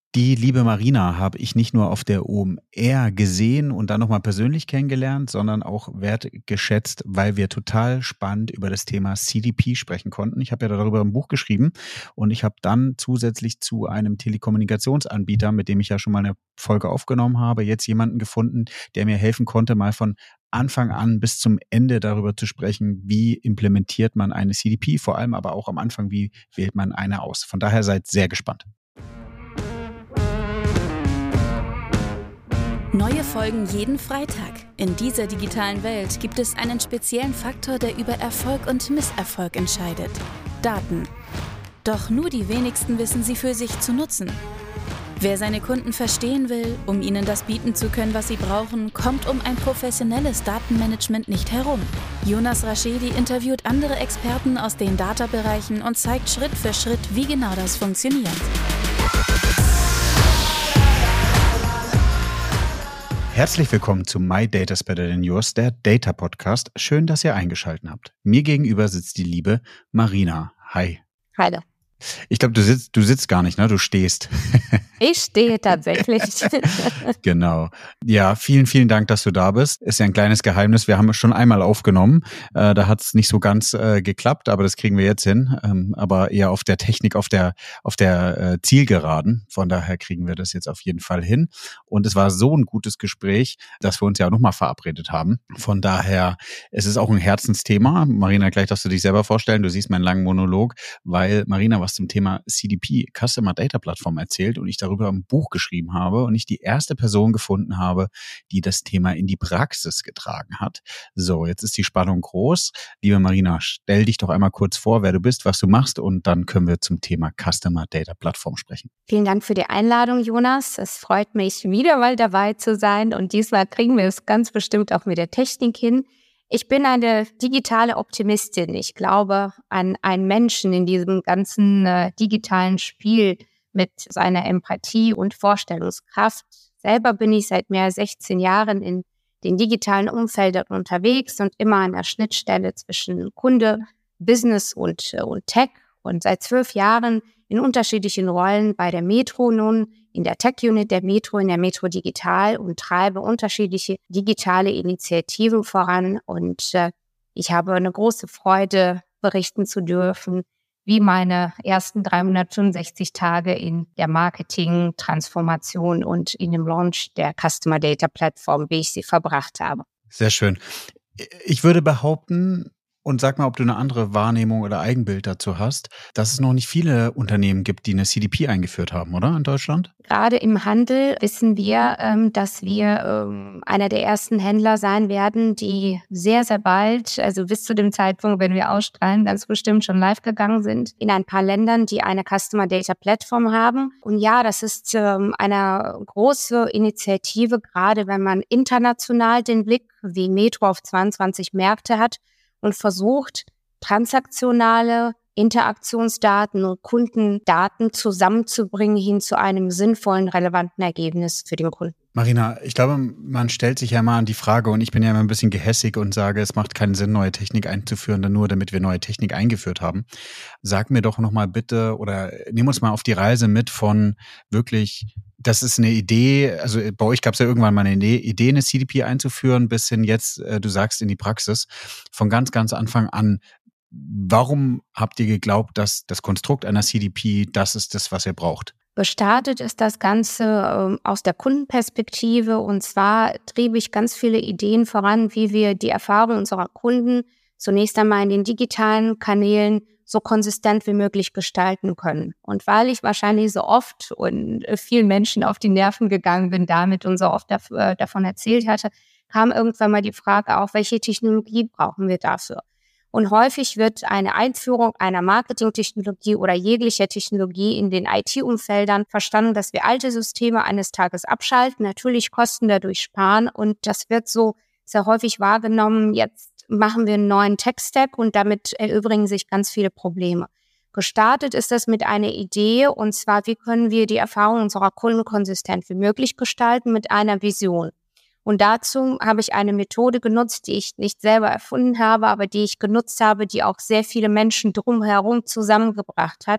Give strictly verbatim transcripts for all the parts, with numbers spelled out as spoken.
Die liebe Marina habe ich nicht nur auf der O M R gesehen und dann nochmal persönlich kennengelernt, sondern auch wertgeschätzt, weil wir total spannend über das Thema C D P sprechen konnten. Ich habe ja darüber ein Buch geschrieben und ich habe dann zusätzlich zu einem Telekommunikationsanbieter, mit dem ich ja schon mal eine Folge aufgenommen habe, jetzt jemanden gefunden, der mir helfen konnte, mal von Anfang an bis zum Ende darüber zu sprechen, wie implementiert man eine C D P, vor allem aber auch am Anfang, wie wählt man eine aus. Von daher seid sehr gespannt. Neue Folgen jeden Freitag. In dieser digitalen Welt gibt es einen speziellen Faktor, der über Erfolg und Misserfolg entscheidet: Daten. Doch nur die wenigsten wissen sie für sich zu nutzen. Wer seine Kunden verstehen will, um ihnen das bieten zu können, was sie brauchen, kommt um ein professionelles Datenmanagement nicht herum. Jonas Raschedi interviewt andere Experten aus den Data-Bereichen und zeigt Schritt für Schritt, wie genau das funktioniert. Herzlich willkommen zu My Data's Better Than Yours, der Data Podcast. Schön, dass ihr eingeschaltet habt. Mir gegenüber sitzt die liebe Marina. Hi. Hallo. Ich glaube, du sitzt, du sitzt gar nicht, ne? Du stehst. Ich stehe tatsächlich. Genau. Ja, vielen, vielen Dank, dass du da bist. Ist ja ein kleines Geheimnis. Wir haben es schon einmal aufgenommen. Äh, da hat es nicht so ganz äh, geklappt, aber das kriegen wir jetzt hin. Ähm, aber eher auf der Technik, auf der auf der äh, Zielgeraden. Von daher kriegen wir das jetzt auf jeden Fall hin. Und es war so ein gutes Gespräch, dass wir uns ja auch nochmal verabredet haben. Von daher, es ist auch ein Herzensthema. Marina, gleich darfst du dich selber vorstellen. Du siehst meinen langen Monolog, weil Marina was zum Thema C D P, Customer Data Platform, erzählt und ich darüber ein Buch geschrieben habe und ich die erste Person gefunden habe, die das Thema in die Praxis getragen hat. So, jetzt ist die Spannung groß. Liebe Marina, stell dich doch einmal kurz vor, wer du bist, was du machst und dann können wir zum Thema Customer Data Platform sprechen. Vielen Dank für die Einladung, Jonas. Es freut mich, wieder mal dabei zu sein und diesmal kriegen wir es ganz bestimmt auch mit der Technik hin. Ich bin eine digitale Optimistin. Ich glaube an einen Menschen in diesem ganzen äh, digitalen Spiel mit seiner Empathie und Vorstellungskraft. Selber bin ich seit mehr als sechzehn Jahren in den digitalen Umfeldern unterwegs und immer an der Schnittstelle zwischen Kunde, Business und, äh, und Tech. Und seit zwölf Jahren in unterschiedlichen Rollen bei der Metro nun, in der Tech-Unit der Metro, in der Metro Digital und treibe unterschiedliche digitale Initiativen voran. Und äh, ich habe eine große Freude, berichten zu dürfen, wie meine ersten dreihundertfünfundsechzig Tage in der Marketing, Transformation und in dem Launch der Customer Data Plattform, wie ich sie verbracht habe. Sehr schön. Ich würde behaupten, und sag mal, ob du eine andere Wahrnehmung oder Eigenbild dazu hast, dass es noch nicht viele Unternehmen gibt, die eine C D P eingeführt haben, oder, in Deutschland? Gerade im Handel wissen wir, ähm, dass wir ähm, einer der ersten Händler sein werden, die sehr, sehr bald, also bis zu dem Zeitpunkt, wenn wir ausstrahlen, ganz bestimmt schon live gegangen sind, in ein paar Ländern, die eine Customer Data Plattform haben. Und ja, das ist ähm, eine große Initiative, gerade wenn man international den Blick wie Metro auf zweiundzwanzig Märkte hat und versucht, transaktionale Interaktionsdaten und Kundendaten zusammenzubringen hin zu einem sinnvollen, relevanten Ergebnis für den Kunden. Marina, ich glaube, man stellt sich ja mal an die Frage, und ich bin ja immer ein bisschen gehässig und sage, es macht keinen Sinn, neue Technik einzuführen, dann nur damit wir neue Technik eingeführt haben. Sag mir doch nochmal bitte oder nimm uns mal auf die Reise mit von wirklich, das ist eine Idee, also bei euch gab es ja irgendwann mal eine Idee, eine C D P einzuführen, bis hin jetzt, du sagst, in die Praxis, von ganz, ganz Anfang an. Warum habt ihr geglaubt, dass das Konstrukt einer C D P das ist das, was ihr braucht? Gestartet ist das Ganze äh, aus der Kundenperspektive, und zwar triebe ich ganz viele Ideen voran, wie wir die Erfahrung unserer Kunden zunächst einmal in den digitalen Kanälen so konsistent wie möglich gestalten können. Und weil ich wahrscheinlich so oft und vielen Menschen auf die Nerven gegangen bin damit und so oft dav- äh, davon erzählt hatte, kam irgendwann mal die Frage auf, welche Technologie brauchen wir dafür? Und häufig wird eine Einführung einer Marketingtechnologie oder jeglicher Technologie in den I T-Umfeldern verstanden, dass wir alte Systeme eines Tages abschalten, natürlich Kosten dadurch sparen, und das wird so sehr häufig wahrgenommen, jetzt machen wir einen neuen Tech-Stack und damit erübrigen sich ganz viele Probleme. Gestartet ist das mit einer Idee, und zwar, wie können wir die Erfahrung unserer Kunden konsistent wie möglich gestalten mit einer Vision. Und dazu habe ich eine Methode genutzt, die ich nicht selber erfunden habe, aber die ich genutzt habe, die auch sehr viele Menschen drumherum zusammengebracht hat.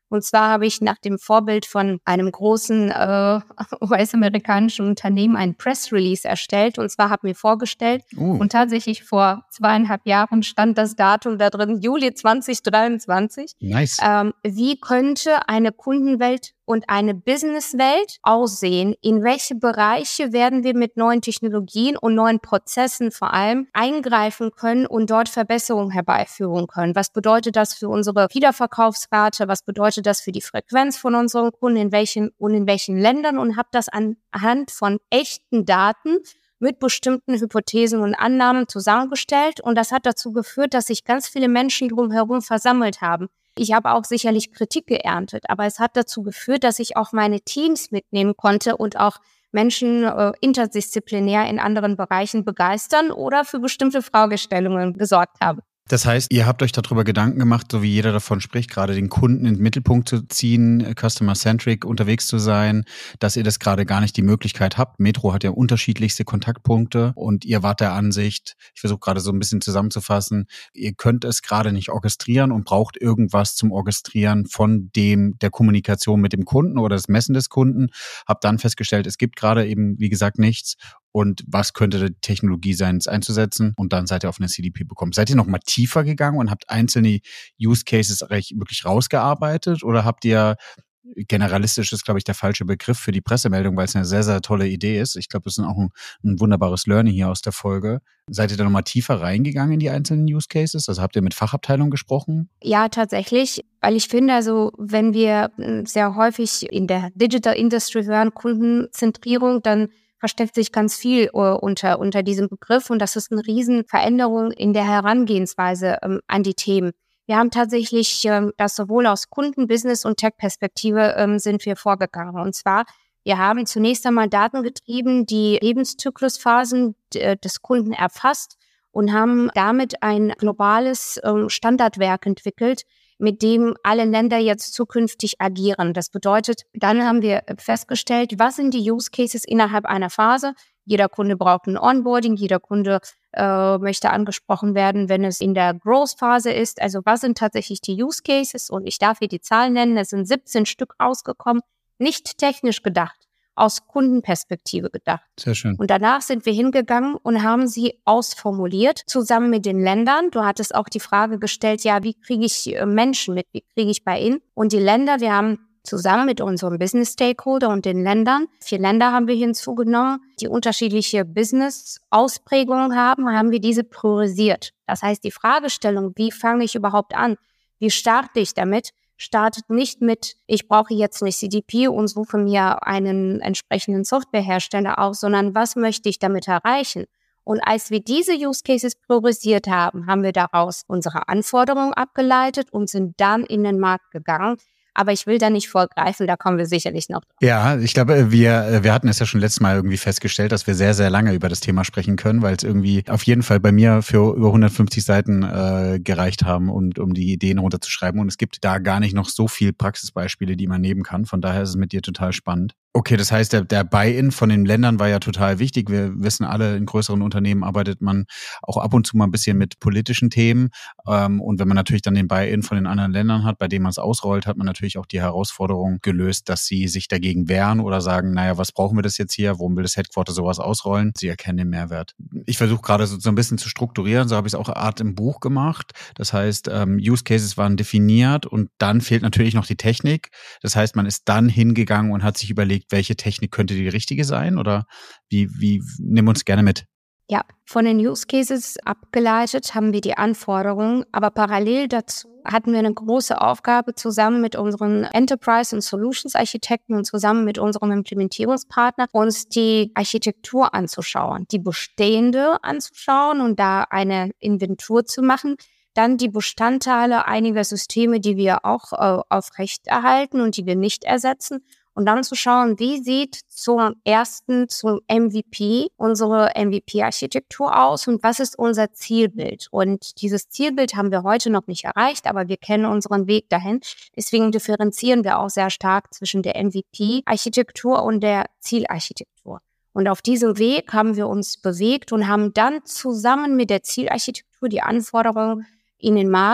Und zwar habe ich nach dem Vorbild von einem großen äh, U S-amerikanischen Unternehmen ein Press Release erstellt. Und zwar habe mir vorgestellt, Uh. und tatsächlich vor zweieinhalb Jahren stand das Datum da drin, Juli zwanzig dreiundzwanzig. Nice. Ähm, wie könnte eine Kundenwelt und eine Businesswelt aussehen? In welche Bereiche werden wir mit neuen Technologien und neuen Prozessen vor allem eingreifen können und dort Verbesserungen herbeiführen können? Was bedeutet das für unsere Wiederverkaufsrate? Was bedeutet das für die Frequenz von unseren Kunden? In welchen und in welchen Ländern? Und habe das anhand von echten Daten mit bestimmten Hypothesen und Annahmen zusammengestellt. Und das hat dazu geführt, dass sich ganz viele Menschen drumherum versammelt haben. Ich habe auch sicherlich Kritik geerntet, aber es hat dazu geführt, dass ich auch meine Teams mitnehmen konnte und auch Menschen äh, interdisziplinär in anderen Bereichen begeistern oder für bestimmte Fragestellungen gesorgt habe. Das heißt, ihr habt euch darüber Gedanken gemacht, so wie jeder davon spricht, gerade den Kunden in den Mittelpunkt zu ziehen, customer-centric unterwegs zu sein, dass ihr das gerade gar nicht die Möglichkeit habt. Metro hat ja unterschiedlichste Kontaktpunkte und ihr wart der Ansicht, ich versuche gerade so ein bisschen zusammenzufassen, ihr könnt es gerade nicht orchestrieren und braucht irgendwas zum Orchestrieren von dem der Kommunikation mit dem Kunden oder das Messen des Kunden. Habt dann festgestellt, es gibt gerade eben, wie gesagt, nichts. Und was könnte die Technologie sein, es einzusetzen? Und dann seid ihr auf eine C D P bekommen. Seid ihr noch mal tiefer gegangen und habt einzelne Use Cases wirklich rausgearbeitet? Oder habt ihr, generalistisch ist, glaube ich, der falsche Begriff für die Pressemeldung, weil es eine sehr, sehr tolle Idee ist. Ich glaube, das ist auch ein, ein wunderbares Learning hier aus der Folge. Seid ihr da noch mal tiefer reingegangen in die einzelnen Use Cases? Also habt ihr mit Fachabteilungen gesprochen? Ja, tatsächlich, weil ich finde, also wenn wir sehr häufig in der Digital Industry hören, Kundenzentrierung, dann versteckt sich ganz viel uh, unter, unter diesem Begriff und das ist eine Riesenveränderung in der Herangehensweise ähm, an die Themen. Wir haben tatsächlich ähm, das sowohl aus Kunden-, Business- und Tech-Perspektive ähm, sind wir vorgegangen. Und zwar, wir haben zunächst einmal Daten getrieben, die Lebenszyklusphasen d- des Kunden erfasst und haben damit ein globales ähm, Standardwerk entwickelt, mit dem alle Länder jetzt zukünftig agieren. Das bedeutet, dann haben wir festgestellt, was sind die Use Cases innerhalb einer Phase. Jeder Kunde braucht ein Onboarding, jeder Kunde äh, möchte angesprochen werden, wenn es in der Growth-Phase ist. Also was sind tatsächlich die Use Cases? Und ich darf hier die Zahlen nennen, es sind siebzehn Stück rausgekommen, nicht technisch gedacht, aus Kundenperspektive gedacht. Sehr schön. Und danach sind wir hingegangen und haben sie ausformuliert, zusammen mit den Ländern. Du hattest auch die Frage gestellt, ja, wie kriege ich Menschen mit, wie kriege ich bei ihnen? Und die Länder, wir haben zusammen mit unserem Business-Stakeholder und den Ländern, vier Länder haben wir hinzugenommen, die unterschiedliche Business-Ausprägungen haben, haben wir diese priorisiert. Das heißt, die Fragestellung, wie fange ich überhaupt an? Wie starte ich damit? Startet nicht mit, ich brauche jetzt eine C D P und suche mir einen entsprechenden Softwarehersteller aus, sondern was möchte ich damit erreichen? Und als wir diese Use Cases priorisiert haben, haben wir daraus unsere Anforderungen abgeleitet und sind dann in den Markt gegangen. Aber ich will da nicht vorgreifen, da kommen wir sicherlich noch drauf. Ja, ich glaube, wir, wir hatten es ja schon letztes Mal irgendwie festgestellt, dass wir sehr, sehr lange über das Thema sprechen können, weil es irgendwie auf jeden Fall bei mir für über hundertfünfzig Seiten äh, gereicht haben, und um die Ideen runterzuschreiben. Und es gibt da gar nicht noch so viel Praxisbeispiele, die man nehmen kann. Von daher ist es mit dir total spannend. Okay, das heißt, der, der Buy-in von den Ländern war ja total wichtig. Wir wissen alle, in größeren Unternehmen arbeitet man auch ab und zu mal ein bisschen mit politischen Themen. Ähm, und wenn man natürlich dann den Buy-in von den anderen Ländern hat, bei denen man es ausrollt, hat man natürlich auch die Herausforderung gelöst, dass sie sich dagegen wehren oder sagen, naja, was brauchen wir das jetzt hier? Warum will das Headquarter sowas ausrollen? Sie erkennen den Mehrwert. Ich versuche gerade so, so ein bisschen zu strukturieren. So habe ich es auch Art im Buch gemacht. Das heißt, ähm, Use Cases waren definiert und dann fehlt natürlich noch die Technik. Das heißt, man ist dann hingegangen und hat sich überlegt, welche Technik könnte die richtige sein, oder wie, wie, nimm uns gerne mit. Ja, von den Use Cases abgeleitet haben wir die Anforderungen, aber parallel dazu hatten wir eine große Aufgabe, zusammen mit unseren Enterprise- und Solutions-Architekten und zusammen mit unserem Implementierungspartner uns die Architektur anzuschauen, die bestehende anzuschauen und da eine Inventur zu machen, dann die Bestandteile einiger Systeme, die wir auch äh, aufrechterhalten und die wir nicht ersetzen, und dann zu schauen, wie sieht zum ersten, zum M V P unsere M V P-Architektur aus und was ist unser Zielbild. Und dieses Zielbild haben wir heute noch nicht erreicht, aber wir kennen unseren Weg dahin. Deswegen differenzieren wir auch sehr stark zwischen der M V P-Architektur und der Zielarchitektur. Und auf diesem Weg haben wir uns bewegt und haben dann zusammen mit der Zielarchitektur die Anforderungen in den Markt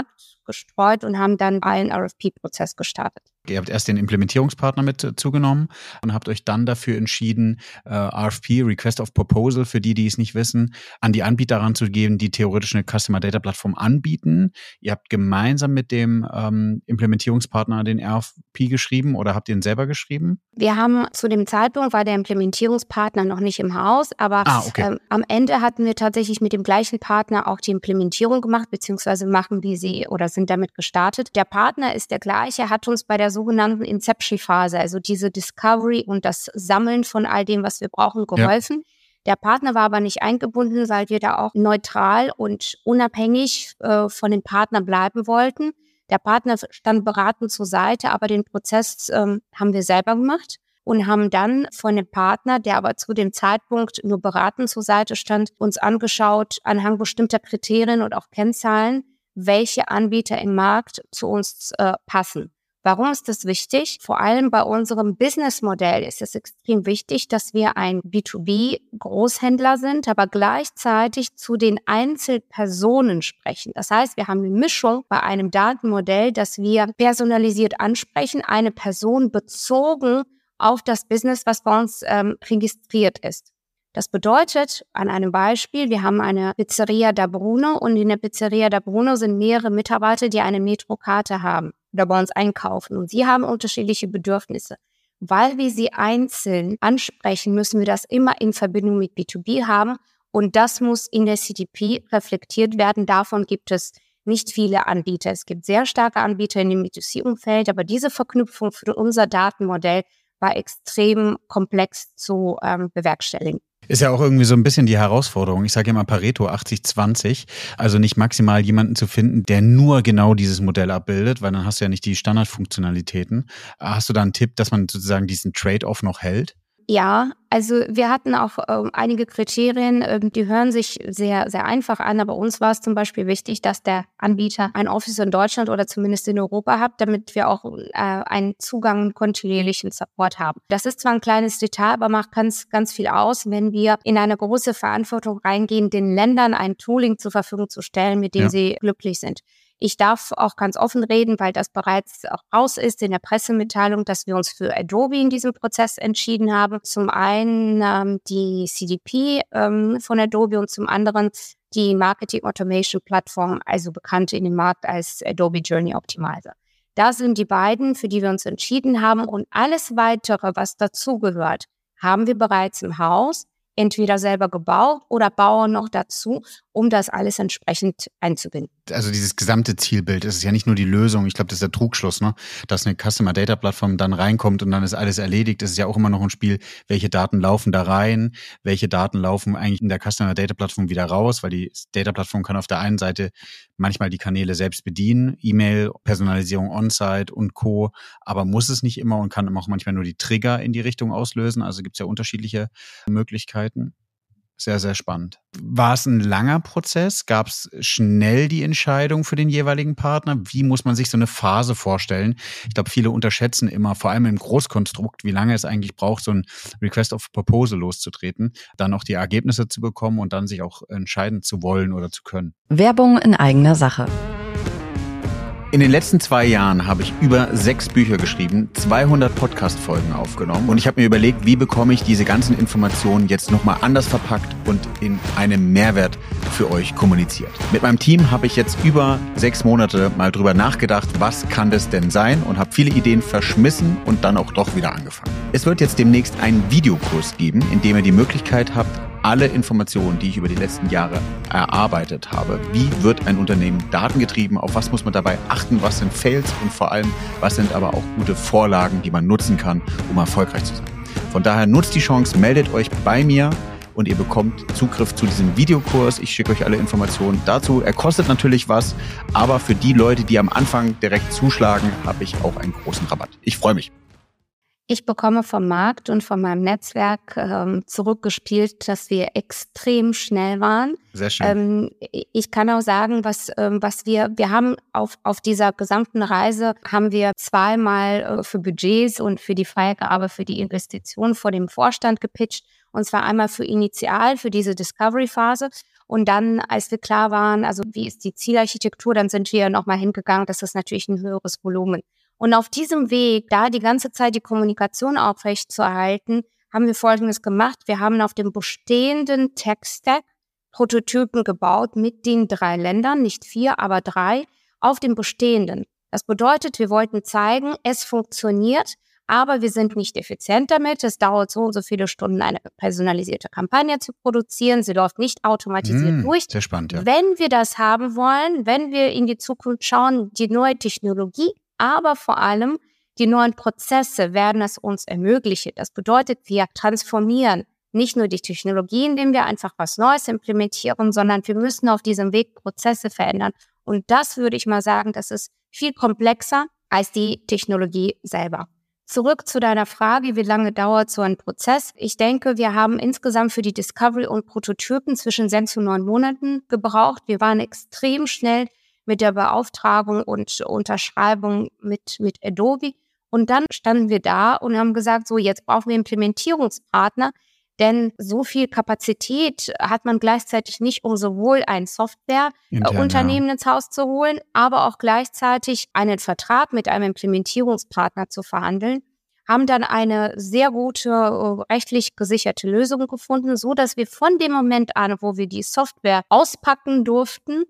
gestreut und haben dann einen R F P-Prozess gestartet. Ihr habt erst den Implementierungspartner mit äh, zugenommen und habt euch dann dafür entschieden, äh, R F P, Request of Proposal, für die, die es nicht wissen, an die Anbieter ranzugeben, die theoretisch eine Customer Data Plattform anbieten. Ihr habt gemeinsam mit dem ähm, Implementierungspartner den R F P geschrieben oder habt ihr ihn selber geschrieben? Wir haben zu dem Zeitpunkt, war der Implementierungspartner noch nicht im Haus, aber ah, okay. ähm, am Ende hatten wir tatsächlich mit dem gleichen Partner auch die Implementierung gemacht, beziehungsweise machen wir sie oder sind damit gestartet. Der Partner ist der gleiche, hat uns bei der sogenannten Inception-Phase, also diese Discovery und das Sammeln von all dem, was wir brauchen, geholfen. Ja. Der Partner war aber nicht eingebunden, weil wir da auch neutral und unabhängig äh, von dem Partner bleiben wollten. Der Partner stand beratend zur Seite, aber den Prozess ähm, haben wir selber gemacht und haben dann von dem Partner, der aber zu dem Zeitpunkt nur beratend zur Seite stand, uns angeschaut, anhand bestimmter Kriterien und auch Kennzahlen, welche Anbieter im Markt zu uns äh, passen. Warum ist das wichtig? Vor allem bei unserem Businessmodell ist es extrem wichtig, dass wir ein B zwei B-Großhändler sind, aber gleichzeitig zu den Einzelpersonen sprechen. Das heißt, wir haben eine Mischung bei einem Datenmodell, dass wir personalisiert ansprechen, eine Person bezogen auf das Business, was bei uns ähm, registriert ist. Das bedeutet, an einem Beispiel, wir haben eine Pizzeria da Bruno und in der Pizzeria da Bruno sind mehrere Mitarbeiter, die eine Metrokarte haben oder bei uns einkaufen und sie haben unterschiedliche Bedürfnisse. Weil wir sie einzeln ansprechen, müssen wir das immer in Verbindung mit B zwei B haben und das muss in der C D P reflektiert werden. Davon gibt es nicht viele Anbieter. Es gibt sehr starke Anbieter in dem B zwei C-Umfeld, aber diese Verknüpfung für unser Datenmodell war extrem komplex zu ähm, bewerkstelligen. Ist ja auch irgendwie so ein bisschen die Herausforderung. Ich sage immer Pareto achtzig zwanzig, also nicht maximal jemanden zu finden, der nur genau dieses Modell abbildet, weil dann hast du ja nicht die Standardfunktionalitäten. Hast du da einen Tipp, dass man sozusagen diesen Trade-off noch hält? Ja, also wir hatten auch ähm, einige Kriterien, ähm, die hören sich sehr, sehr einfach an, aber uns war es zum Beispiel wichtig, dass der Anbieter ein Office in Deutschland oder zumindest in Europa hat, damit wir auch äh, einen Zugang und kontinuierlichen Support haben. Das ist zwar ein kleines Detail, aber macht ganz, ganz viel aus, wenn wir in eine große Verantwortung reingehen, den Ländern ein Tooling zur Verfügung zu stellen, mit dem ja. sie glücklich sind. Ich darf auch ganz offen reden, weil das bereits auch raus ist in der Pressemitteilung, dass wir uns für Adobe in diesem Prozess entschieden haben. Zum einen ähm, die C D P ähm, von Adobe und zum anderen die Marketing Automation Plattform, also bekannt in dem Markt als Adobe Journey Optimizer. Da sind die beiden, für die wir uns entschieden haben und alles Weitere, was dazugehört, haben wir bereits im Haus. Entweder selber gebaut oder bauen noch dazu, um das alles entsprechend einzubinden. Also dieses gesamte Zielbild, es ist ja nicht nur die Lösung, ich glaube, das ist der Trugschluss, ne? Dass eine Customer Data Plattform dann reinkommt und dann ist alles erledigt. Es ist ja auch immer noch ein Spiel, welche Daten laufen da rein, welche Daten laufen eigentlich in der Customer Data Plattform wieder raus, weil die Data Plattform kann auf der einen Seite manchmal die Kanäle selbst bedienen, E-Mail, Personalisierung on-site und Co., aber muss es nicht immer und kann auch manchmal nur die Trigger in die Richtung auslösen. Also gibt es ja unterschiedliche Möglichkeiten. Sehr, sehr spannend. War es ein langer Prozess? Gab es schnell die Entscheidung für den jeweiligen Partner? Wie muss man sich so eine Phase vorstellen? Ich glaube, viele unterschätzen immer, vor allem im Großkonstrukt, wie lange es eigentlich braucht, so ein Request of Proposal loszutreten, dann auch die Ergebnisse zu bekommen und dann sich auch entscheiden zu wollen oder zu können. Werbung in eigener Sache. In den letzten zwei Jahren habe ich über sechs Bücher geschrieben, zweihundert Podcast-Folgen aufgenommen und ich habe mir überlegt, wie bekomme ich diese ganzen Informationen jetzt nochmal anders verpackt und in einem Mehrwert für euch kommuniziert. Mit meinem Team habe ich jetzt über sechs Monate mal drüber nachgedacht, was kann das denn sein und habe viele Ideen verschmissen und dann auch doch wieder angefangen. Es wird jetzt demnächst einen Videokurs geben, in dem ihr die Möglichkeit habt, alle Informationen, die ich über die letzten Jahre erarbeitet habe. Wie wird ein Unternehmen datengetrieben? Auf was muss man dabei achten? Was sind Fails? Und vor allem, was sind aber auch gute Vorlagen, die man nutzen kann, um erfolgreich zu sein? Von daher nutzt die Chance, meldet euch bei mir und ihr bekommt Zugriff zu diesem Videokurs. Ich schicke euch alle Informationen dazu. Er kostet natürlich was, aber für die Leute, die am Anfang direkt zuschlagen, habe ich auch einen großen Rabatt. Ich freue mich. Ich bekomme vom Markt und von meinem Netzwerk ähm, zurückgespielt, dass wir extrem schnell waren. Sehr schön. Ähm, ich kann auch sagen, was, ähm, was wir, wir haben auf, auf dieser gesamten Reise haben wir zweimal äh, für Budgets und für die Freigabe, für die Investition vor dem Vorstand gepitcht. Und zwar einmal für Initial, für diese Discovery-Phase. Und dann, als wir klar waren, also wie ist die Zielarchitektur, dann sind wir nochmal hingegangen, das ist natürlich ein höheres Volumen. Und auf diesem Weg, da die ganze Zeit die Kommunikation aufrechtzuerhalten, haben wir Folgendes gemacht. Wir haben auf dem bestehenden Tech-Stack Prototypen gebaut mit den drei Ländern, nicht vier, aber drei, auf dem bestehenden. Das bedeutet, wir wollten zeigen, es funktioniert, aber wir sind nicht effizient damit. Es dauert so und so viele Stunden, eine personalisierte Kampagne zu produzieren. Sie läuft nicht automatisiert Mmh, durch. sehr spannend, ja. Wenn wir das haben wollen, wenn wir in die Zukunft schauen, die neue Technologie, aber vor allem die neuen Prozesse werden es uns ermöglichen. Das bedeutet, wir transformieren nicht nur die Technologie, indem wir einfach was Neues implementieren, sondern wir müssen auf diesem Weg Prozesse verändern. Und das würde ich mal sagen, das ist viel komplexer als die Technologie selber. Zurück zu deiner Frage, wie lange dauert so ein Prozess? Ich denke, wir haben insgesamt für die Discovery und Prototypen zwischen sechs und neun Monaten gebraucht. Wir waren extrem schnell mit der Beauftragung und Unterschreibung mit, mit Adobe. Und dann standen wir da und haben gesagt, so jetzt brauchen wir Implementierungspartner, denn so viel Kapazität hat man gleichzeitig nicht, um sowohl ein Softwareunternehmen ja. ins Haus zu holen, aber auch gleichzeitig einen Vertrag mit einem Implementierungspartner zu verhandeln. Haben dann eine sehr gute, rechtlich gesicherte Lösung gefunden, so dass wir von dem Moment an, wo wir die Software auspacken durften,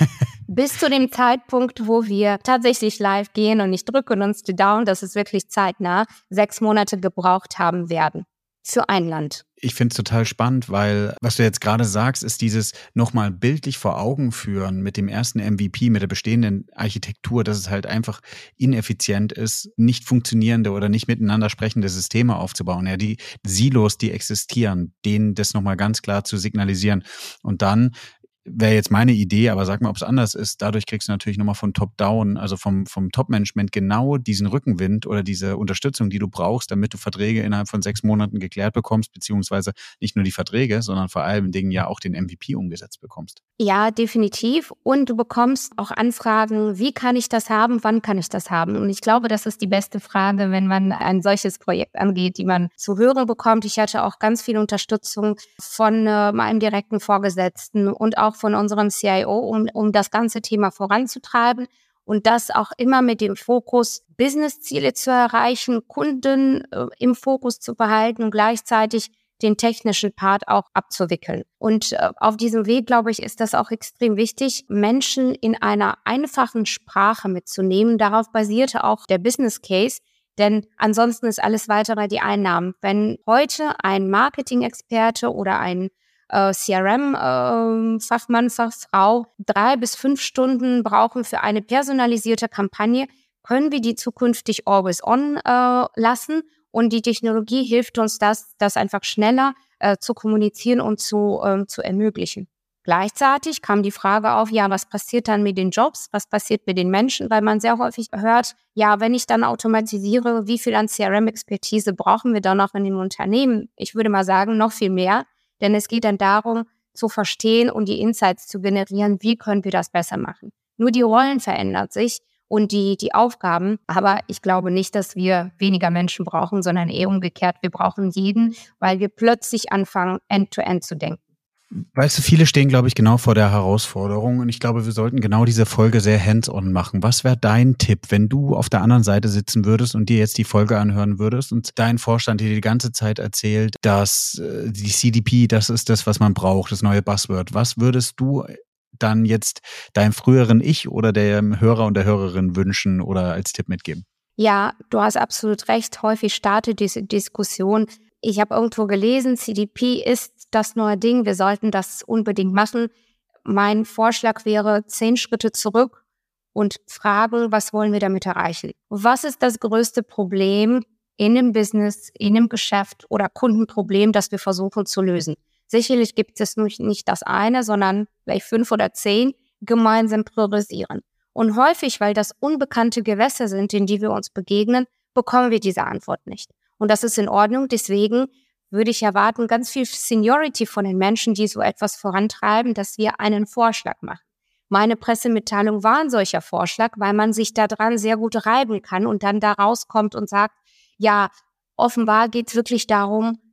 bis zu dem Zeitpunkt, wo wir tatsächlich live gehen, und ich drücke uns die Daumen, dass es wirklich zeitnah sechs Monate gebraucht haben werden. Für ein Land. Ich finde es total spannend, weil was du jetzt gerade sagst, ist dieses nochmal bildlich vor Augen führen mit dem ersten M V P, mit der bestehenden Architektur, dass es halt einfach ineffizient ist, nicht funktionierende oder nicht miteinander sprechende Systeme aufzubauen. Ja, die Silos, die existieren, denen das nochmal ganz klar zu signalisieren. Und dann wäre jetzt meine Idee, aber sag mal, ob es anders ist. Dadurch kriegst du natürlich nochmal von Top-Down, also vom, vom Top-Management genau diesen Rückenwind oder diese Unterstützung, die du brauchst, damit du Verträge innerhalb von sechs Monaten geklärt bekommst, beziehungsweise nicht nur die Verträge, sondern vor allem Dingen ja auch den M V P umgesetzt bekommst. Ja, definitiv. Und du bekommst auch Anfragen, wie kann ich das haben, wann kann ich das haben? Und ich glaube, das ist die beste Frage, wenn man ein solches Projekt angeht, die man zu hören bekommt. Ich hatte auch ganz viel Unterstützung von äh, meinem direkten Vorgesetzten und auch von unserem C I O, um, um das ganze Thema voranzutreiben und das auch immer mit dem Fokus, Businessziele zu erreichen, Kunden äh, im Fokus zu behalten und gleichzeitig den technischen Part auch abzuwickeln. Und äh, auf diesem Weg, glaube ich, ist das auch extrem wichtig, Menschen in einer einfachen Sprache mitzunehmen. Darauf basierte auch der Business Case, denn ansonsten ist alles weitere die Einnahmen. Wenn heute ein Marketing-Experte oder ein C R M-Fachmann, äh, Fachfrau drei bis fünf Stunden brauchen für eine personalisierte Kampagne, können wir die zukünftig always on äh, lassen. Und die Technologie hilft uns, das, das einfach schneller äh, zu kommunizieren und zu, ähm, zu ermöglichen. Gleichzeitig kam die Frage auf, ja, was passiert dann mit den Jobs? Was passiert mit den Menschen? Weil man sehr häufig hört, ja, wenn ich dann automatisiere, wie viel an C R M-Expertise brauchen wir dann noch in dem Unternehmen? Ich würde mal sagen, noch viel mehr. Denn es geht dann darum, zu verstehen und die Insights zu generieren, wie können wir das besser machen. Nur die Rollen verändern sich und die, die Aufgaben. Aber ich glaube nicht, dass wir weniger Menschen brauchen, sondern eher umgekehrt. Wir brauchen jeden, weil wir plötzlich anfangen, end-to-end zu denken. Weißt du, viele stehen, glaube ich, genau vor der Herausforderung und ich glaube, wir sollten genau diese Folge sehr hands-on machen. Was wäre dein Tipp, wenn du auf der anderen Seite sitzen würdest und dir jetzt die Folge anhören würdest und dein Vorstand dir die ganze Zeit erzählt, dass äh, die C D P, das ist das, was man braucht, das neue Buzzword. Was würdest du dann jetzt deinem früheren Ich oder dem Hörer und der Hörerin wünschen oder als Tipp mitgeben? Ja, du hast absolut recht. Häufig startet diese Diskussion. Ich habe irgendwo gelesen, C D P ist das neue Ding, wir sollten das unbedingt machen. Mein Vorschlag wäre, zehn Schritte zurück und fragen, was wollen wir damit erreichen? Was ist das größte Problem in dem Business, in dem Geschäft oder Kundenproblem, das wir versuchen zu lösen? Sicherlich gibt es nicht das eine, sondern vielleicht fünf oder zehn, gemeinsam priorisieren. Und häufig, weil das unbekannte Gewässer sind, in die wir uns begegnen, bekommen wir diese Antwort nicht. Und das ist in Ordnung, deswegen würde ich erwarten, ganz viel Seniority von den Menschen, die so etwas vorantreiben, dass wir einen Vorschlag machen. Meine Pressemitteilung war ein solcher Vorschlag, weil man sich daran sehr gut reiben kann und dann da rauskommt und sagt, ja, offenbar geht es wirklich darum,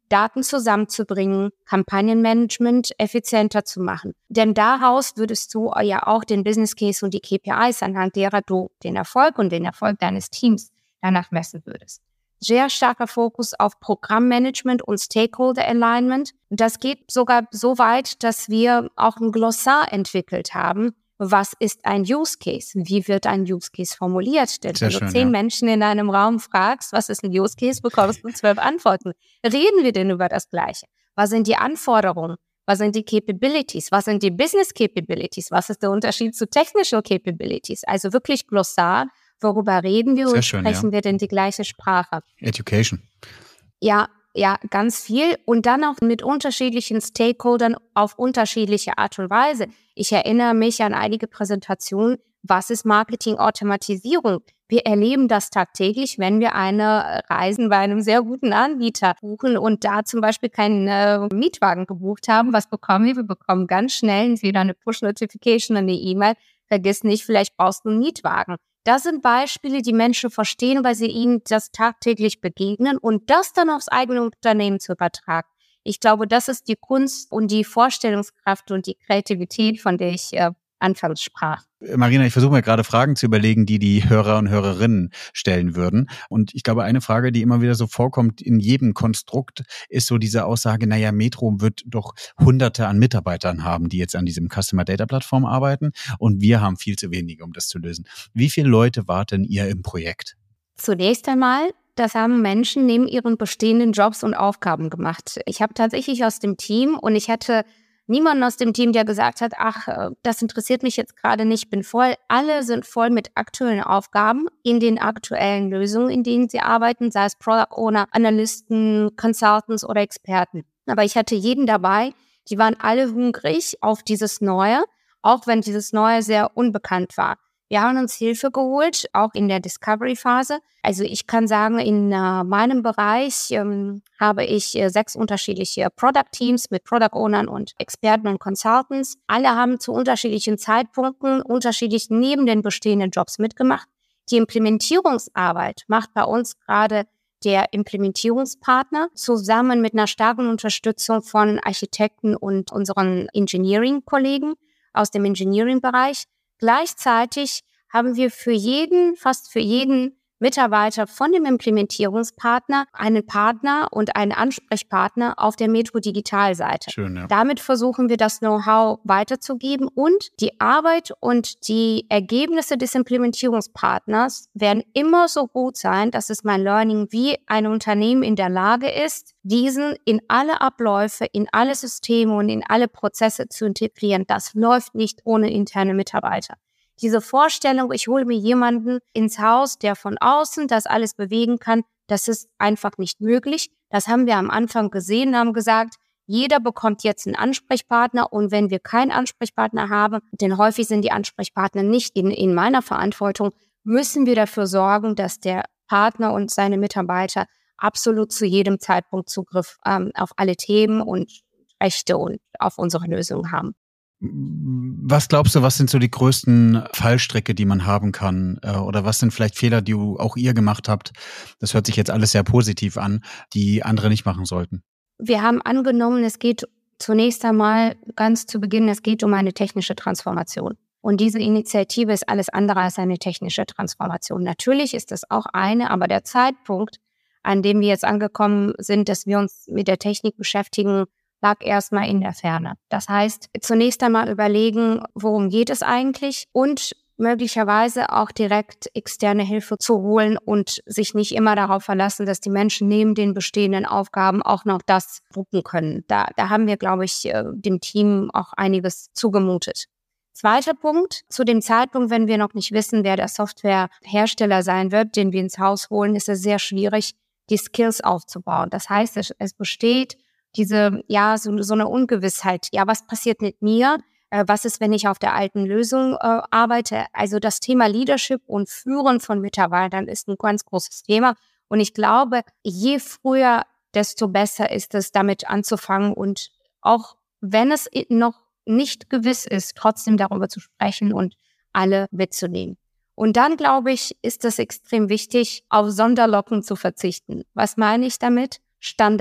Daten zusammenzubringen, Kampagnenmanagement effizienter zu machen. Denn daraus würdest du ja auch den Business Case und die K P Is, anhand derer du den Erfolg und den Erfolg deines Teams danach messen würdest. Sehr starker Fokus auf Programmmanagement und Stakeholder Alignment. Das geht sogar so weit, dass wir auch ein Glossar entwickelt haben. Was ist ein Use Case? Wie wird ein Use Case formuliert? Denn Sehr wenn du schön, zehn ja. Menschen in einem Raum fragst, was ist ein Use Case, bekommst du zwölf Antworten. Reden wir denn über das Gleiche? Was sind die Anforderungen? Was sind die Capabilities? Was sind die Business Capabilities? Was ist der Unterschied zu Technical Capabilities? Also wirklich Glossar. Worüber reden wir Sehr und schön, sprechen ja. wir denn die gleiche Sprache? Education. Ja, ja, ganz viel. Und dann auch mit unterschiedlichen Stakeholdern auf unterschiedliche Art und Weise. Ich erinnere mich an einige Präsentationen. Was ist Marketing-Automatisierung? Wir erleben das tagtäglich, wenn wir eine Reisen bei einem sehr guten Anbieter buchen und da zum Beispiel keinen äh, Mietwagen gebucht haben. Was bekommen wir? Wir bekommen ganz schnell entweder eine Push-Notification oder eine E-Mail. Vergiss nicht, vielleicht brauchst du einen Mietwagen. Das sind Beispiele, die Menschen verstehen, weil sie ihnen das tagtäglich begegnen und das dann aufs eigene Unternehmen zu übertragen. Ich glaube, das ist die Kunst und die Vorstellungskraft und die Kreativität, von der ich äh, anfangs sprach. Marina, ich versuche mir gerade Fragen zu überlegen, die die Hörer und Hörerinnen stellen würden. Und ich glaube, eine Frage, die immer wieder so vorkommt in jedem Konstrukt, ist so diese Aussage, naja, Metro wird doch Hunderte an Mitarbeitern haben, die jetzt an diesem Customer Data Plattform arbeiten. Und wir haben viel zu wenige, um das zu lösen. Wie viele Leute warten ihr im Projekt? Zunächst einmal, das haben Menschen neben ihren bestehenden Jobs und Aufgaben gemacht. Ich habe tatsächlich aus dem Team und ich hatte niemanden aus dem Team, der gesagt hat, ach, das interessiert mich jetzt gerade nicht, ich bin voll. Alle sind voll mit aktuellen Aufgaben in den aktuellen Lösungen, in denen sie arbeiten, sei es Product Owner, Analysten, Consultants oder Experten. Aber ich hatte jeden dabei, die waren alle hungrig auf dieses Neue, auch wenn dieses Neue sehr unbekannt war. Wir haben uns Hilfe geholt, auch in der Discovery-Phase. Also ich kann sagen, in äh, meinem Bereich ähm, habe ich äh, sechs unterschiedliche Product-Teams mit Product-Ownern und Experten und Consultants. Alle haben zu unterschiedlichen Zeitpunkten unterschiedlich neben den bestehenden Jobs mitgemacht. Die Implementierungsarbeit macht bei uns gerade der Implementierungspartner zusammen mit einer starken Unterstützung von Architekten und unseren Engineering-Kollegen aus dem Engineering-Bereich. Gleichzeitig haben wir für jeden, fast für jeden Mitarbeiter von dem Implementierungspartner einen Partner und einen Ansprechpartner auf der Metro Digital-Seite. Schön, ja. Damit versuchen wir das Know-how weiterzugeben und die Arbeit und die Ergebnisse des Implementierungspartners werden immer so gut sein, dass es mein Learning, wie ein Unternehmen in der Lage ist, diesen in alle Abläufe, in alle Systeme und in alle Prozesse zu integrieren. Das läuft nicht ohne interne Mitarbeiter. Diese Vorstellung, ich hole mir jemanden ins Haus, der von außen das alles bewegen kann, das ist einfach nicht möglich. Das haben wir am Anfang gesehen, haben gesagt, jeder bekommt jetzt einen Ansprechpartner und wenn wir keinen Ansprechpartner haben, denn häufig sind die Ansprechpartner nicht in, in meiner Verantwortung, müssen wir dafür sorgen, dass der Partner und seine Mitarbeiter absolut zu jedem Zeitpunkt Zugriff ähm, auf alle Themen und Rechte und auf unsere Lösungen haben. Was glaubst du, was sind so die größten Fallstricke, die man haben kann? Oder was sind vielleicht Fehler, die auch ihr gemacht habt? Das hört sich jetzt alles sehr positiv an, die andere nicht machen sollten. Wir haben angenommen, es geht zunächst einmal ganz zu Beginn, es geht um eine technische Transformation. Und diese Initiative ist alles andere als eine technische Transformation. Natürlich ist es auch eine, aber der Zeitpunkt, an dem wir jetzt angekommen sind, dass wir uns mit der Technik beschäftigen, lag erstmal in der Ferne. Das heißt, zunächst einmal überlegen, worum geht es eigentlich und möglicherweise auch direkt externe Hilfe zu holen und sich nicht immer darauf verlassen, dass die Menschen neben den bestehenden Aufgaben auch noch das wuppen können. Da, da haben wir, glaube ich, dem Team auch einiges zugemutet. Zweiter Punkt, zu dem Zeitpunkt, wenn wir noch nicht wissen, wer der Softwarehersteller sein wird, den wir ins Haus holen, ist es sehr schwierig, die Skills aufzubauen. Das heißt, es, es besteht diese, ja, so, so eine Ungewissheit. Ja, was passiert mit mir? Äh, was ist, wenn ich auf der alten Lösung äh, arbeite? Also das Thema Leadership und Führen von Mitarbeitern ist ein ganz großes Thema. Und ich glaube, je früher, desto besser ist es, damit anzufangen und auch wenn es noch nicht gewiss ist, trotzdem darüber zu sprechen und alle mitzunehmen. Und dann, glaube ich, ist es extrem wichtig, auf Sonderlocken zu verzichten. Was meine ich damit? Standard.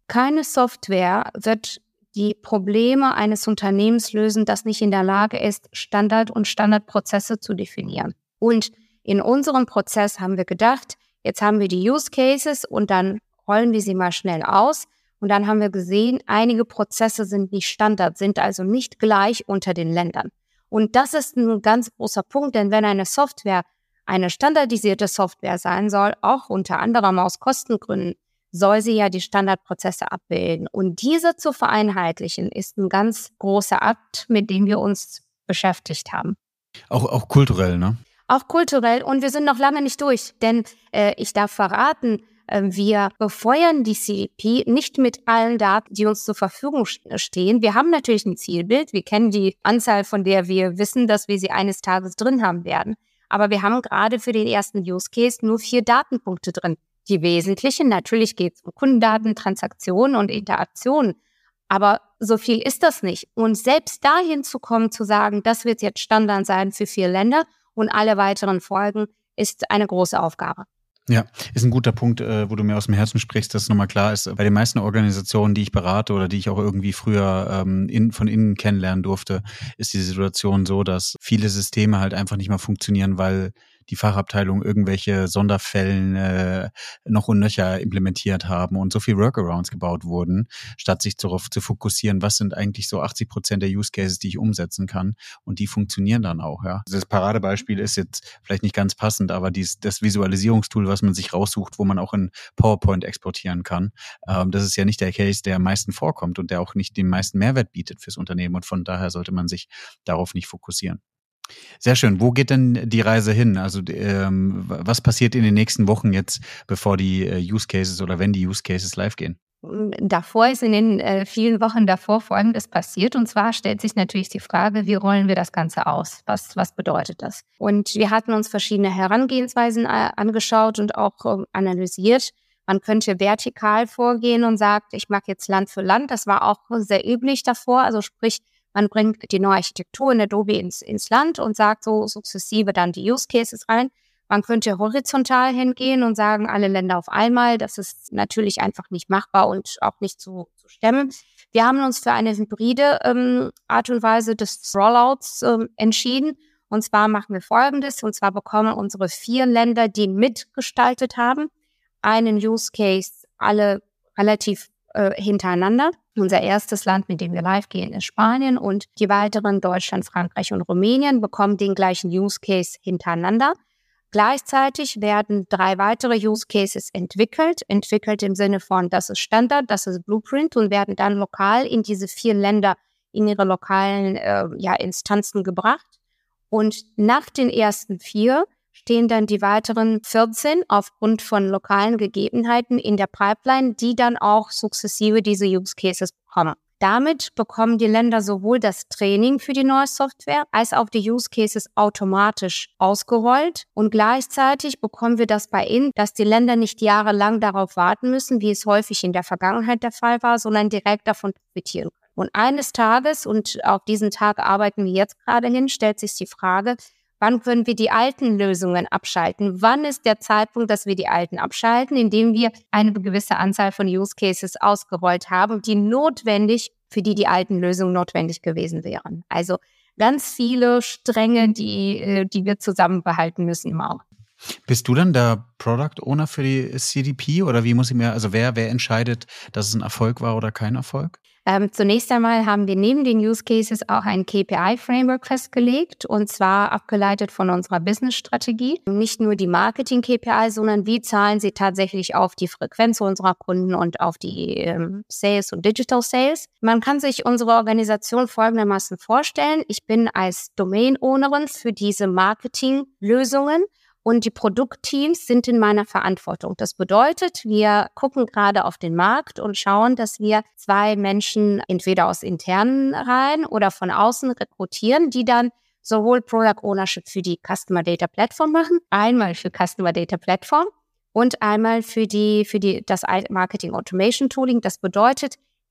Keine Software wird die Probleme eines Unternehmens lösen, das nicht in der Lage ist, Standard- und Standardprozesse zu definieren. Und in unserem Prozess haben wir gedacht, jetzt haben wir die Use Cases und dann rollen wir sie mal schnell aus. Und dann haben wir gesehen, einige Prozesse sind nicht Standard, sind also nicht gleich unter den Ländern. Und das ist ein ganz großer Punkt, denn wenn eine Software eine standardisierte Software sein soll, auch unter anderem aus Kostengründen, soll sie ja die Standardprozesse abbilden. Und diese zu vereinheitlichen, ist ein ganz großer Akt, mit dem wir uns beschäftigt haben. Auch, auch kulturell, ne? Auch kulturell. Und wir sind noch lange nicht durch, denn äh, ich darf verraten, äh, wir befeuern die C D P nicht mit allen Daten, die uns zur Verfügung stehen. Wir haben natürlich ein Zielbild. Wir kennen die Anzahl, von der wir wissen, dass wir sie eines Tages drin haben werden. Aber wir haben gerade für den ersten Use Case nur vier Datenpunkte drin. Die wesentlichen, natürlich geht es um Kundendaten, Transaktionen und Interaktionen. Aber so viel ist das nicht. Und selbst dahin zu kommen, zu sagen, das wird jetzt Standard sein für vier Länder und alle weiteren Folgen, ist eine große Aufgabe. Ja, ist ein guter Punkt, äh, wo du mir aus dem Herzen sprichst, dass es nochmal klar ist, bei den meisten Organisationen, die ich berate oder die ich auch irgendwie früher ähm, in, von innen kennenlernen durfte, ist die Situation so, dass viele Systeme halt einfach nicht mehr funktionieren, weil die Fachabteilung irgendwelche Sonderfällen äh, noch und nöcher implementiert haben und so viel Workarounds gebaut wurden, statt sich darauf zu fokussieren, was sind eigentlich so achtzig Prozent der Use Cases, die ich umsetzen kann, und die funktionieren dann auch. Ja, das Paradebeispiel ist jetzt vielleicht nicht ganz passend, aber dies, das Visualisierungstool, was man sich raussucht, wo man auch in PowerPoint exportieren kann, ähm, das ist ja nicht der Case, der am meisten vorkommt und der auch nicht den meisten Mehrwert bietet fürs Unternehmen, und von daher sollte man sich darauf nicht fokussieren. Sehr schön. Wo geht denn die Reise hin? Also ähm, was passiert in den nächsten Wochen jetzt, bevor die äh, Use Cases oder wenn die Use Cases live gehen? Davor ist in den äh, vielen Wochen davor Folgendes passiert. Und zwar stellt sich natürlich die Frage, wie rollen wir das Ganze aus? Was, was bedeutet das? Und wir hatten uns verschiedene Herangehensweisen äh, angeschaut und auch äh, analysiert. Man könnte vertikal vorgehen und sagt, ich mache jetzt Land für Land. Das war auch sehr üblich davor. Also sprich, man bringt die neue Architektur in Adobe ins, ins Land und sagt so sukzessive dann die Use Cases rein. Man könnte horizontal hingehen und sagen, alle Länder auf einmal. Das ist natürlich einfach nicht machbar und auch nicht zu, zu stemmen. Wir haben uns für eine hybride ähm, Art und Weise des Rollouts ähm, entschieden. Und zwar machen wir Folgendes. Und zwar bekommen unsere vier Länder, die mitgestaltet haben, einen Use Case alle relativ äh, hintereinander. Unser erstes Land, mit dem wir live gehen, ist Spanien, und die weiteren Deutschland, Frankreich und Rumänien bekommen den gleichen Use Case hintereinander. Gleichzeitig werden drei weitere Use Cases entwickelt, entwickelt im Sinne von, das ist Standard, das ist Blueprint, und werden dann lokal in diese vier Länder, in ihre lokalen äh, ja, Instanzen gebracht. Und nach den ersten vier stehen dann die weiteren vierzehn aufgrund von lokalen Gegebenheiten in der Pipeline, die dann auch sukzessive diese Use Cases bekommen. Damit bekommen die Länder sowohl das Training für die neue Software als auch die Use Cases automatisch ausgerollt. Und gleichzeitig bekommen wir das bei ihnen, dass die Länder nicht jahrelang darauf warten müssen, wie es häufig in der Vergangenheit der Fall war, sondern direkt davon profitieren können. Und eines Tages, und auf diesen Tag arbeiten wir jetzt gerade hin, stellt sich die Frage, wann können wir die alten Lösungen abschalten? Wann ist der Zeitpunkt, dass wir die alten abschalten, indem wir eine gewisse Anzahl von Use Cases ausgerollt haben, die notwendig, für die die alten Lösungen notwendig gewesen wären? Also ganz viele Stränge, die, die wir zusammenbehalten müssen im Auge. Bist du dann der Product Owner für die C D P, oder wie muss ich mir, also wer, wer entscheidet, dass es ein Erfolg war oder kein Erfolg? Ähm, zunächst einmal haben wir neben den Use Cases auch ein K P I-Framework festgelegt, und zwar abgeleitet von unserer Business-Strategie. Nicht nur die Marketing-K P I, sondern wie zahlen sie tatsächlich auf die Frequenz unserer Kunden und auf die ähm, Sales und Digital Sales. Man kann sich unsere Organisation folgendermaßen vorstellen. Ich bin als Domain-Ownerin für diese Marketing-Lösungen, und die Produktteams sind in meiner Verantwortung. Das bedeutet, wir gucken gerade auf den Markt und schauen, dass wir zwei Menschen entweder aus internen Reihen oder von außen rekrutieren, die dann sowohl Product Ownership für die Customer Data Platform machen, einmal für Customer Data Platform und einmal für die für die das Marketing Automation Tooling. Das bedeutet,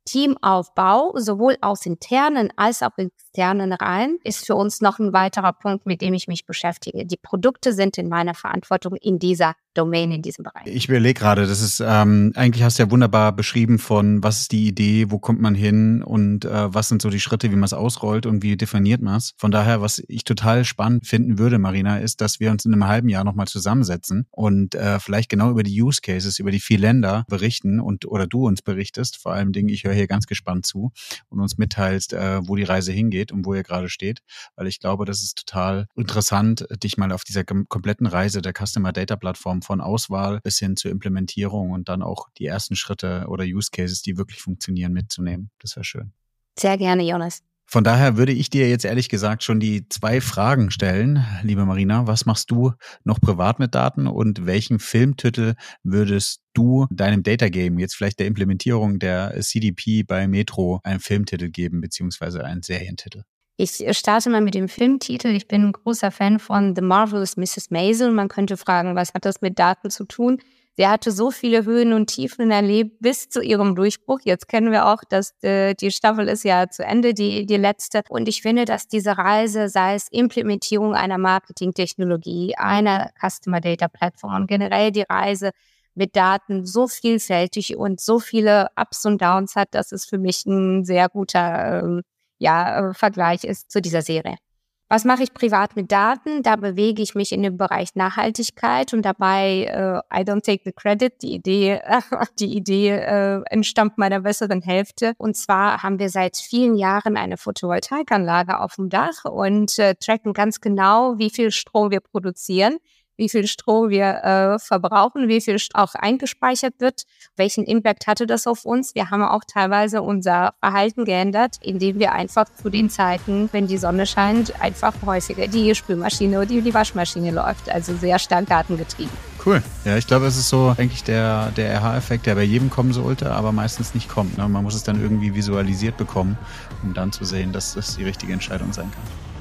Teamaufbau, sowohl aus internen als auch externen Reihen, ist für uns noch ein weiterer Punkt, mit dem ich mich beschäftige. Die Produkte sind in meiner Verantwortung in dieser Domain, in diesem Bereich. Ich überlege gerade, das ist, ähm, eigentlich hast du ja wunderbar beschrieben von, was ist die Idee, wo kommt man hin und äh, was sind so die Schritte, wie man es ausrollt und wie definiert man es. Von daher, was ich total spannend finden würde, Marina, ist, dass wir uns in einem halben Jahr nochmal zusammensetzen und äh, vielleicht genau über die Use Cases, über die vier Länder berichten und oder du uns berichtest, vor allem Dingen, ich höre hier ganz gespannt zu und uns mitteilst, äh, wo die Reise hingeht und wo ihr gerade steht, weil ich glaube, das ist total interessant, dich mal auf dieser kom- kompletten Reise der Customer Data Plattform von Auswahl bis hin zur Implementierung und dann auch die ersten Schritte oder Use Cases, die wirklich funktionieren, mitzunehmen. Das wäre schön. Sehr gerne, Jonas. Von daher würde ich dir jetzt ehrlich gesagt schon die zwei Fragen stellen, liebe Marina. Was machst du noch privat mit Daten und welchen Filmtitel würdest du deinem Data Game, jetzt vielleicht der Implementierung der C D P bei Metro, einen Filmtitel geben, beziehungsweise einen Serientitel? Ich starte mal mit dem Filmtitel. Ich bin ein großer Fan von The Marvelous Misses Maisel. Man könnte fragen, was hat das mit Daten zu tun? Sie hatte so viele Höhen und Tiefen erlebt bis zu ihrem Durchbruch. Jetzt kennen wir auch, dass äh, die Staffel ist ja zu Ende, die, die letzte. Und ich finde, dass diese Reise, sei es Implementierung einer Marketingtechnologie, einer Customer Data Plattform und generell die Reise mit Daten so vielfältig und so viele Ups und Downs hat, dass es für mich ein sehr guter ähm, ja, äh, Vergleich ist zu dieser Serie. Was mache ich privat mit Daten? Da bewege ich mich in dem Bereich Nachhaltigkeit und dabei, äh, I don't take the credit, die Idee, äh, die Idee äh, entstammt meiner besseren Hälfte. Und zwar haben wir seit vielen Jahren eine Photovoltaikanlage auf dem Dach und äh, tracken ganz genau, wie viel Strom wir produzieren, wie viel Strom wir äh, verbrauchen, wie viel auch eingespeichert wird, welchen Impact hatte das auf uns. Wir haben auch teilweise unser Verhalten geändert, indem wir einfach zu den Zeiten, wenn die Sonne scheint, einfach häufiger die Spülmaschine oder die, die Waschmaschine läuft. Also sehr stark datengetrieben. Cool. Ja, ich glaube, es ist so eigentlich der, der R H-Effekt, der bei jedem kommen sollte, aber meistens nicht kommt. Ne? Man muss es dann irgendwie visualisiert bekommen, um dann zu sehen, dass das die richtige Entscheidung sein kann.